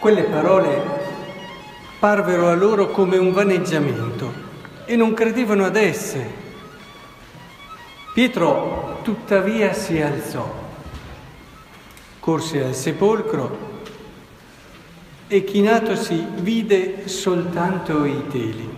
Quelle parole parvero a loro come un vaneggiamento e non credevano ad esse. Pietro tuttavia si alzò, corse al sepolcro e chinatosi vide soltanto i teli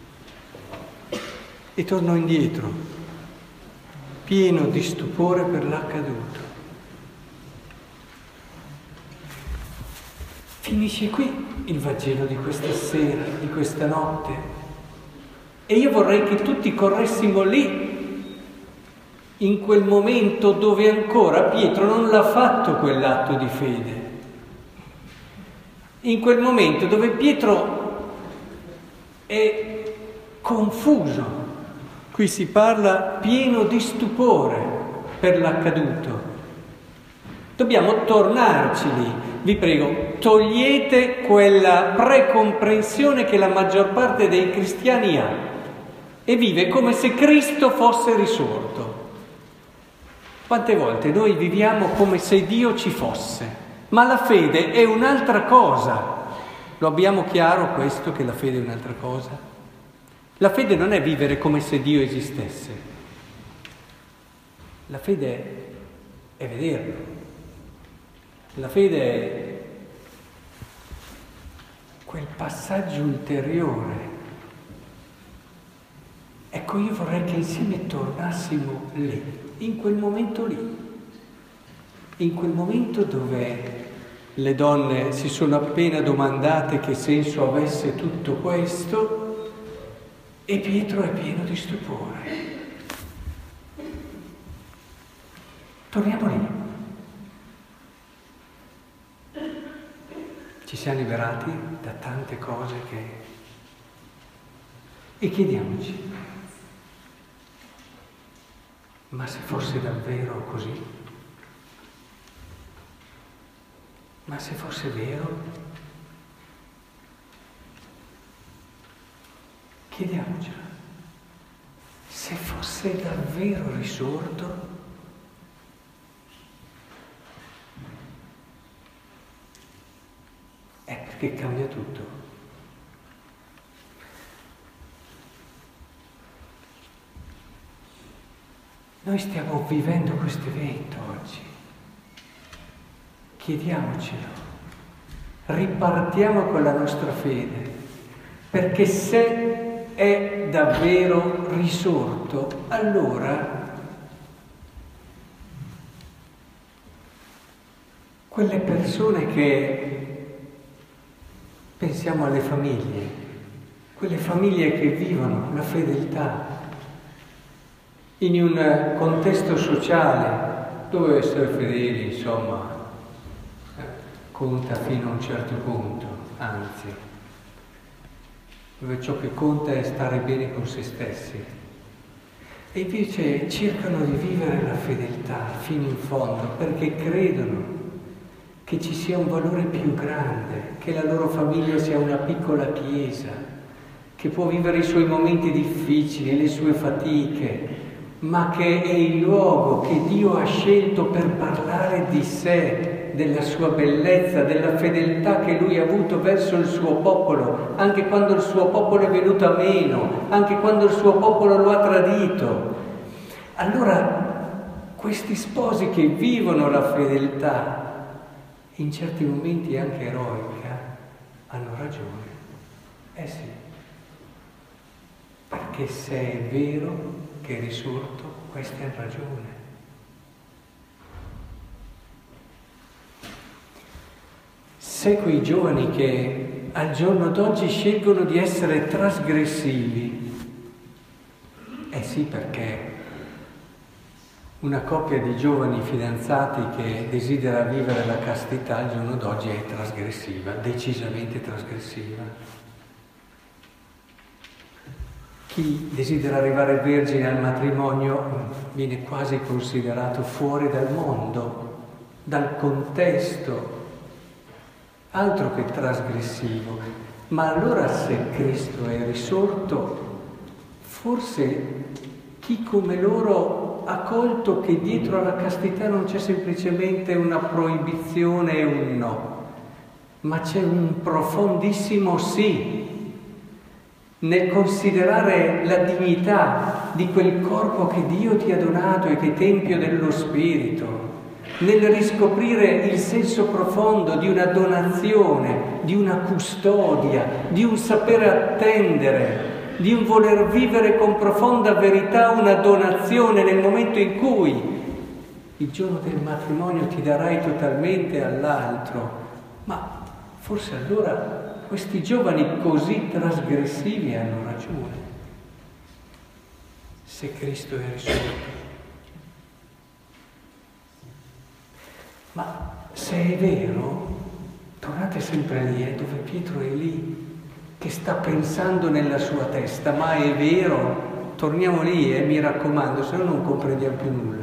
e tornò indietro, pieno di stupore per l'accaduto. Finisce qui il Vangelo di questa sera, di questa notte, e io vorrei che tutti corressimo lì, in quel momento dove ancora Pietro non l'ha fatto quell'atto di fede, in quel momento dove Pietro è confuso. Qui si parla pieno di stupore per l'accaduto. Dobbiamo tornarci lì. Vi prego, togliete quella precomprensione che la maggior parte dei cristiani ha e vive come se Cristo fosse risorto. Quante volte noi viviamo come se Dio ci fosse, ma la fede è un'altra cosa. Lo abbiamo chiaro questo, che la fede è un'altra cosa? La fede non è vivere come se Dio esistesse. La fede è vederlo. La fede è quel passaggio ulteriore. Ecco, io vorrei che insieme tornassimo lì, in quel momento lì, in quel momento dove le donne si sono appena domandate che senso avesse tutto questo, e Pietro è pieno di stupore. Torniamo lì. Ci siamo liberati da tante cose e chiediamoci, ma se fosse davvero così? Ma se fosse vero? Chiediamocelo, se fosse davvero risorto, è perché cambia tutto. Noi stiamo vivendo questo evento oggi, chiediamocelo, ripartiamo con la nostra fede, perché se è davvero risorto, allora quelle persone che pensiamo alle famiglie, quelle famiglie che vivono la fedeltà in un contesto sociale dove essere fedeli, insomma, conta fino a un certo punto, anzi, dove ciò che conta è stare bene con se stessi. E invece cercano di vivere la fedeltà fino in fondo, perché credono che ci sia un valore più grande, che la loro famiglia sia una piccola chiesa, che può vivere i suoi momenti difficili, le sue fatiche, ma che è il luogo che Dio ha scelto per parlare di sé, della sua bellezza, della fedeltà che Lui ha avuto verso il suo popolo, anche quando il suo popolo è venuto a meno, anche quando il suo popolo lo ha tradito. Allora, questi sposi che vivono la fedeltà, in certi momenti anche eroica, hanno ragione. Eh sì, perché se è vero che è risorto, questa è ragione. Se quei giovani che al giorno d'oggi scelgono di essere trasgressivi, eh sì, perché una coppia di giovani fidanzati che desidera vivere la castità al giorno d'oggi è trasgressiva, decisamente trasgressiva. Chi desidera arrivare vergine al matrimonio viene quasi considerato fuori dal mondo, dal contesto, altro che trasgressivo. Ma allora se Cristo è risorto, forse chi come loro ha colto che dietro alla castità non c'è semplicemente una proibizione e un no, ma c'è un profondissimo sì nel considerare la dignità di quel corpo che Dio ti ha donato e che è tempio dello Spirito, nel riscoprire il senso profondo di una donazione, di una custodia, di un sapere attendere, di un voler vivere con profonda verità una donazione nel momento in cui il giorno del matrimonio ti darai totalmente all'altro. Ma forse allora questi giovani così trasgressivi hanno ragione, se Cristo è risorto. Ma se è vero, tornate sempre lì, dove Pietro è lì, che sta pensando nella sua testa, ma è vero? Torniamo lì, mi raccomando, se no non comprendiamo più nulla.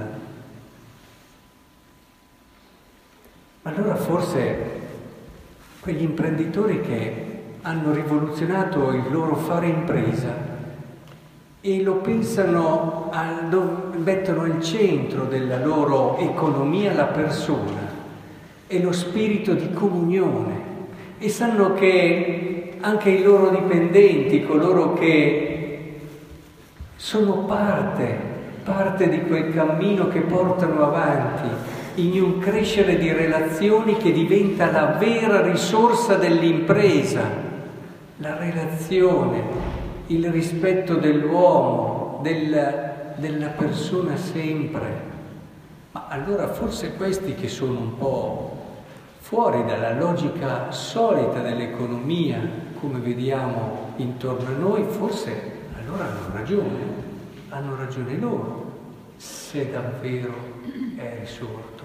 Allora forse quegli imprenditori che hanno rivoluzionato il loro fare impresa e lo pensano, mettono al centro della loro economia la persona e lo spirito di comunione, e sanno che anche i loro dipendenti, coloro che sono parte di quel cammino che portano avanti in un crescere di relazioni che diventa la vera risorsa dell'impresa, la relazione, il rispetto dell'uomo, della persona sempre. Ma allora forse questi che sono un po' fuori dalla logica solita dell'economia, come vediamo intorno a noi, forse allora hanno ragione loro, se davvero è risorto.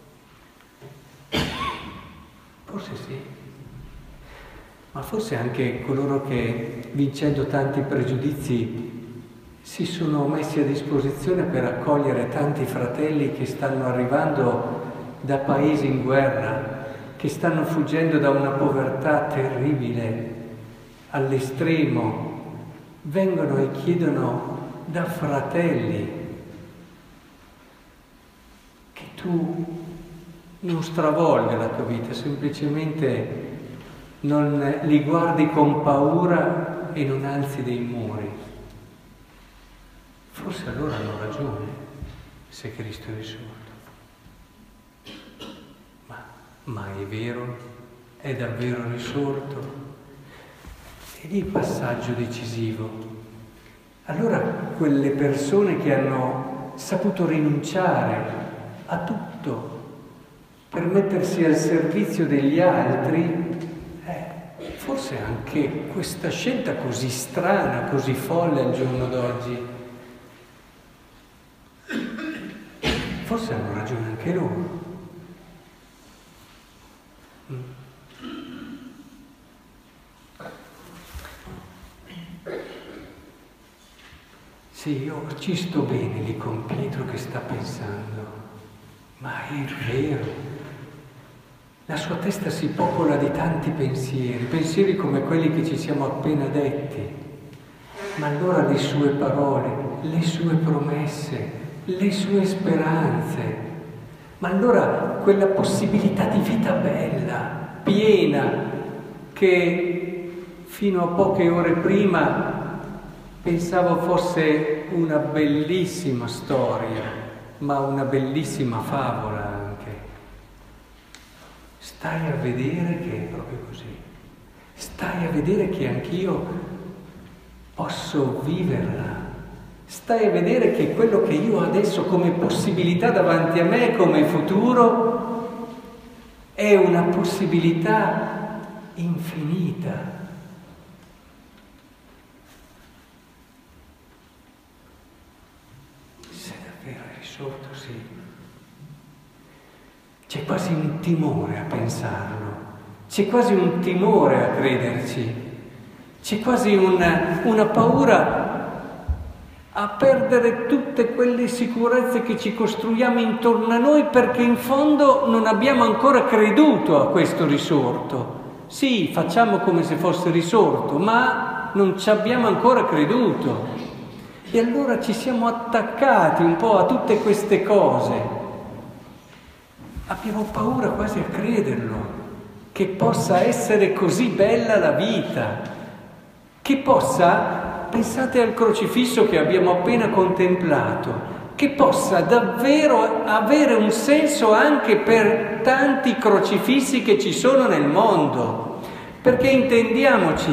Forse sì, ma forse anche coloro che, vincendo tanti pregiudizi, si sono messi a disposizione per accogliere tanti fratelli che stanno arrivando da paesi in guerra, che stanno fuggendo da una povertà terribile all'estremo, vengono e chiedono da fratelli che tu non stravolga la tua vita, semplicemente non li guardi con paura e non alzi dei muri. Forse allora hanno ragione, se Cristo è risorto. Ma è vero? È davvero risorto? E lì il passaggio decisivo. Allora quelle persone che hanno saputo rinunciare a tutto per mettersi al servizio degli altri, forse anche questa scelta così strana, così folle al giorno d'oggi, forse hanno ragione anche loro. Sì, io ci sto bene lì con Pietro che sta pensando, ma è vero. La sua testa si popola di tanti pensieri come quelli che ci siamo appena detti. Ma allora le sue parole, le sue promesse, le sue speranze, ma allora quella possibilità di vita bella, piena, che fino a poche ore prima pensavo fosse una bellissima storia, ma una bellissima favola anche. Stai a vedere che è proprio così. Stai a vedere che anch'io posso viverla. Stai a vedere che quello che io ho adesso come possibilità davanti a me, come futuro, è una possibilità infinita. Se davvero è risorto, sì. C'è quasi un timore a pensarlo, c'è quasi un timore a crederci, c'è quasi una paura a perdere tutte quelle sicurezze che ci costruiamo intorno a noi perché in fondo non abbiamo ancora creduto a questo risorto. Sì, facciamo come se fosse risorto, ma non ci abbiamo ancora creduto. E allora ci siamo attaccati un po' a tutte queste cose. Abbiamo paura quasi a crederlo. che possa essere così bella la vita, che possa, pensate al crocifisso che abbiamo appena contemplato, che possa davvero avere un senso anche per tanti crocifissi che ci sono nel mondo. Perché intendiamoci,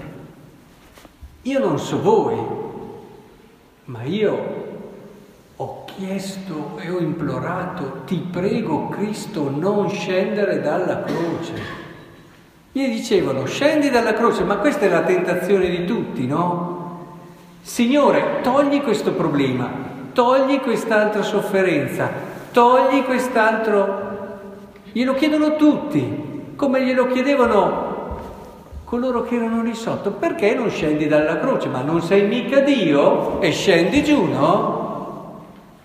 io non so voi, ma io ho chiesto e ho implorato, ti prego Cristo non scendere dalla croce. Gli dicevano, scendi dalla croce, ma questa è la tentazione di tutti, no? Signore, togli questo problema. Togli quest'altra sofferenza, togli quest'altro. Glielo chiedono tutti, come glielo chiedevano coloro che erano lì sotto. Perché non scendi dalla croce? Ma non sei mica Dio? E scendi giù, no?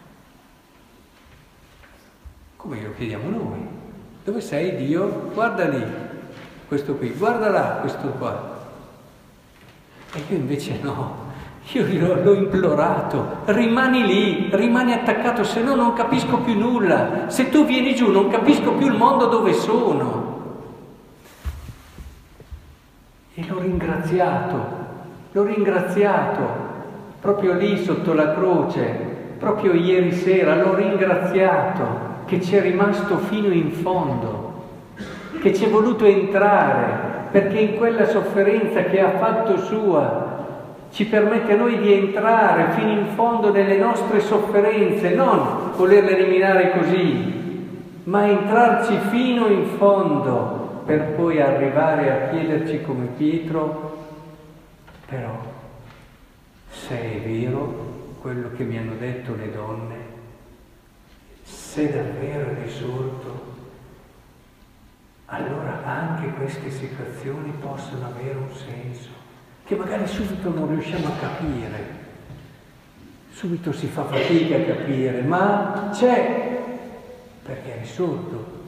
Come glielo chiediamo noi? Dove sei Dio? Guarda lì, questo qui, guarda là, questo qua. E io invece no. Io l'ho implorato, rimani lì, rimani attaccato, se no non capisco più nulla. Se tu vieni giù non capisco più il mondo dove sono. E l'ho ringraziato, proprio lì sotto la croce, proprio ieri sera, l'ho ringraziato che ci è rimasto fino in fondo, che ci è voluto entrare, perché in quella sofferenza che ha fatto sua, ci permette a noi di entrare fino in fondo nelle nostre sofferenze, non volerle eliminare così, ma entrarci fino in fondo per poi arrivare a chiederci come Pietro, però, se è vero quello che mi hanno detto le donne, se davvero è risorto, allora anche queste situazioni possono avere un senso. Che magari subito non riusciamo a capire, subito si fa fatica a capire, ma c'è, perché è risorto.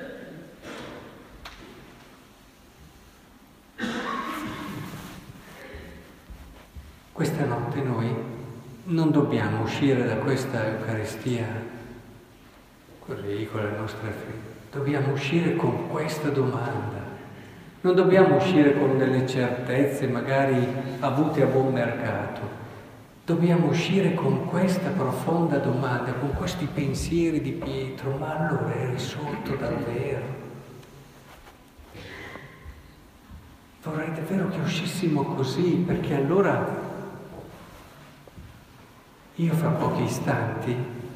Questa notte noi non dobbiamo uscire da questa Eucaristia così con le nostre fede, dobbiamo uscire con questa domanda. Non dobbiamo uscire con delle certezze magari avute a buon mercato. Dobbiamo uscire con questa profonda domanda, con questi pensieri di Pietro. Ma allora è risorto davvero? Vorrei davvero che uscissimo così, perché allora io fra pochi istanti,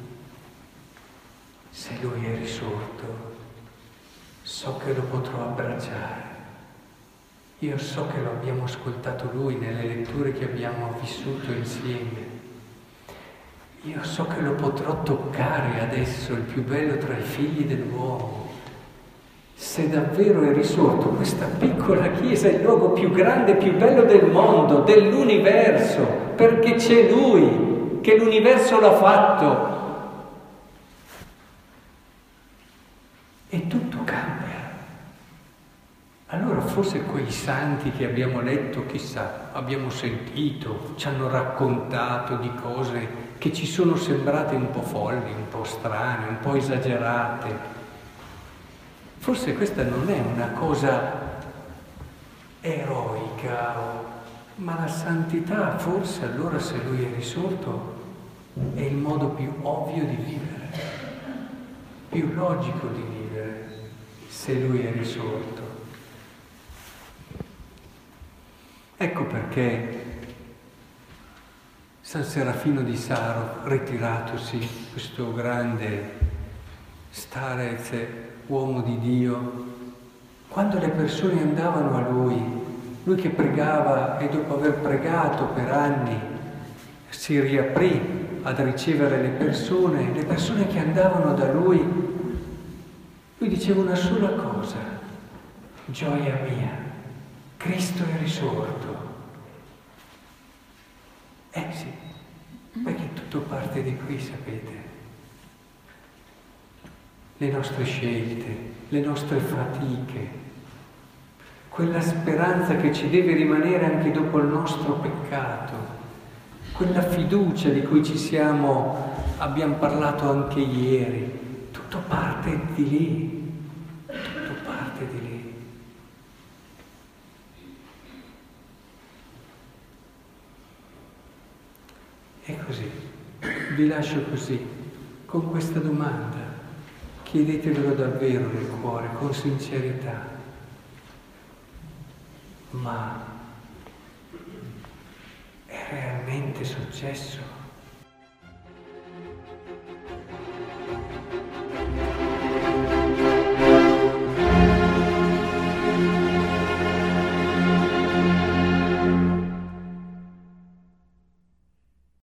se Lui è risorto, so che lo potrò abbracciare. Io so che lo abbiamo ascoltato Lui nelle letture che abbiamo vissuto insieme. Io so che lo potrò toccare adesso, il più bello tra i figli dell'uomo. Se davvero è risorto, questa piccola chiesa è il luogo più grande e più bello del mondo, dell'universo, perché c'è Lui, che l'universo l'ha fatto. E tutto cambia. Allora forse quei santi che abbiamo letto, chissà, abbiamo sentito, ci hanno raccontato di cose che ci sono sembrate un po' folli, un po' strane, un po' esagerate. Forse questa non è una cosa eroica, ma la santità, forse allora se Lui è risorto, è il modo più ovvio di vivere, più logico di vivere, se Lui è risorto. Ecco perché San Serafino di Saro, ritiratosi, questo grande starez, uomo di Dio, quando le persone andavano a lui che pregava e dopo aver pregato per anni si riaprì ad ricevere le persone che andavano da lui diceva una sola cosa: gioia mia, Cristo è risorto. Sì, perché tutto parte di qui, sapete. Le nostre scelte, le nostre fatiche, quella speranza che ci deve rimanere anche dopo il nostro peccato, quella fiducia di cui abbiamo parlato anche ieri, tutto parte di lì, tutto parte di lì. È così. Vi lascio così, con questa domanda. Chiedetevelo davvero nel cuore, con sincerità. Ma è realmente successo?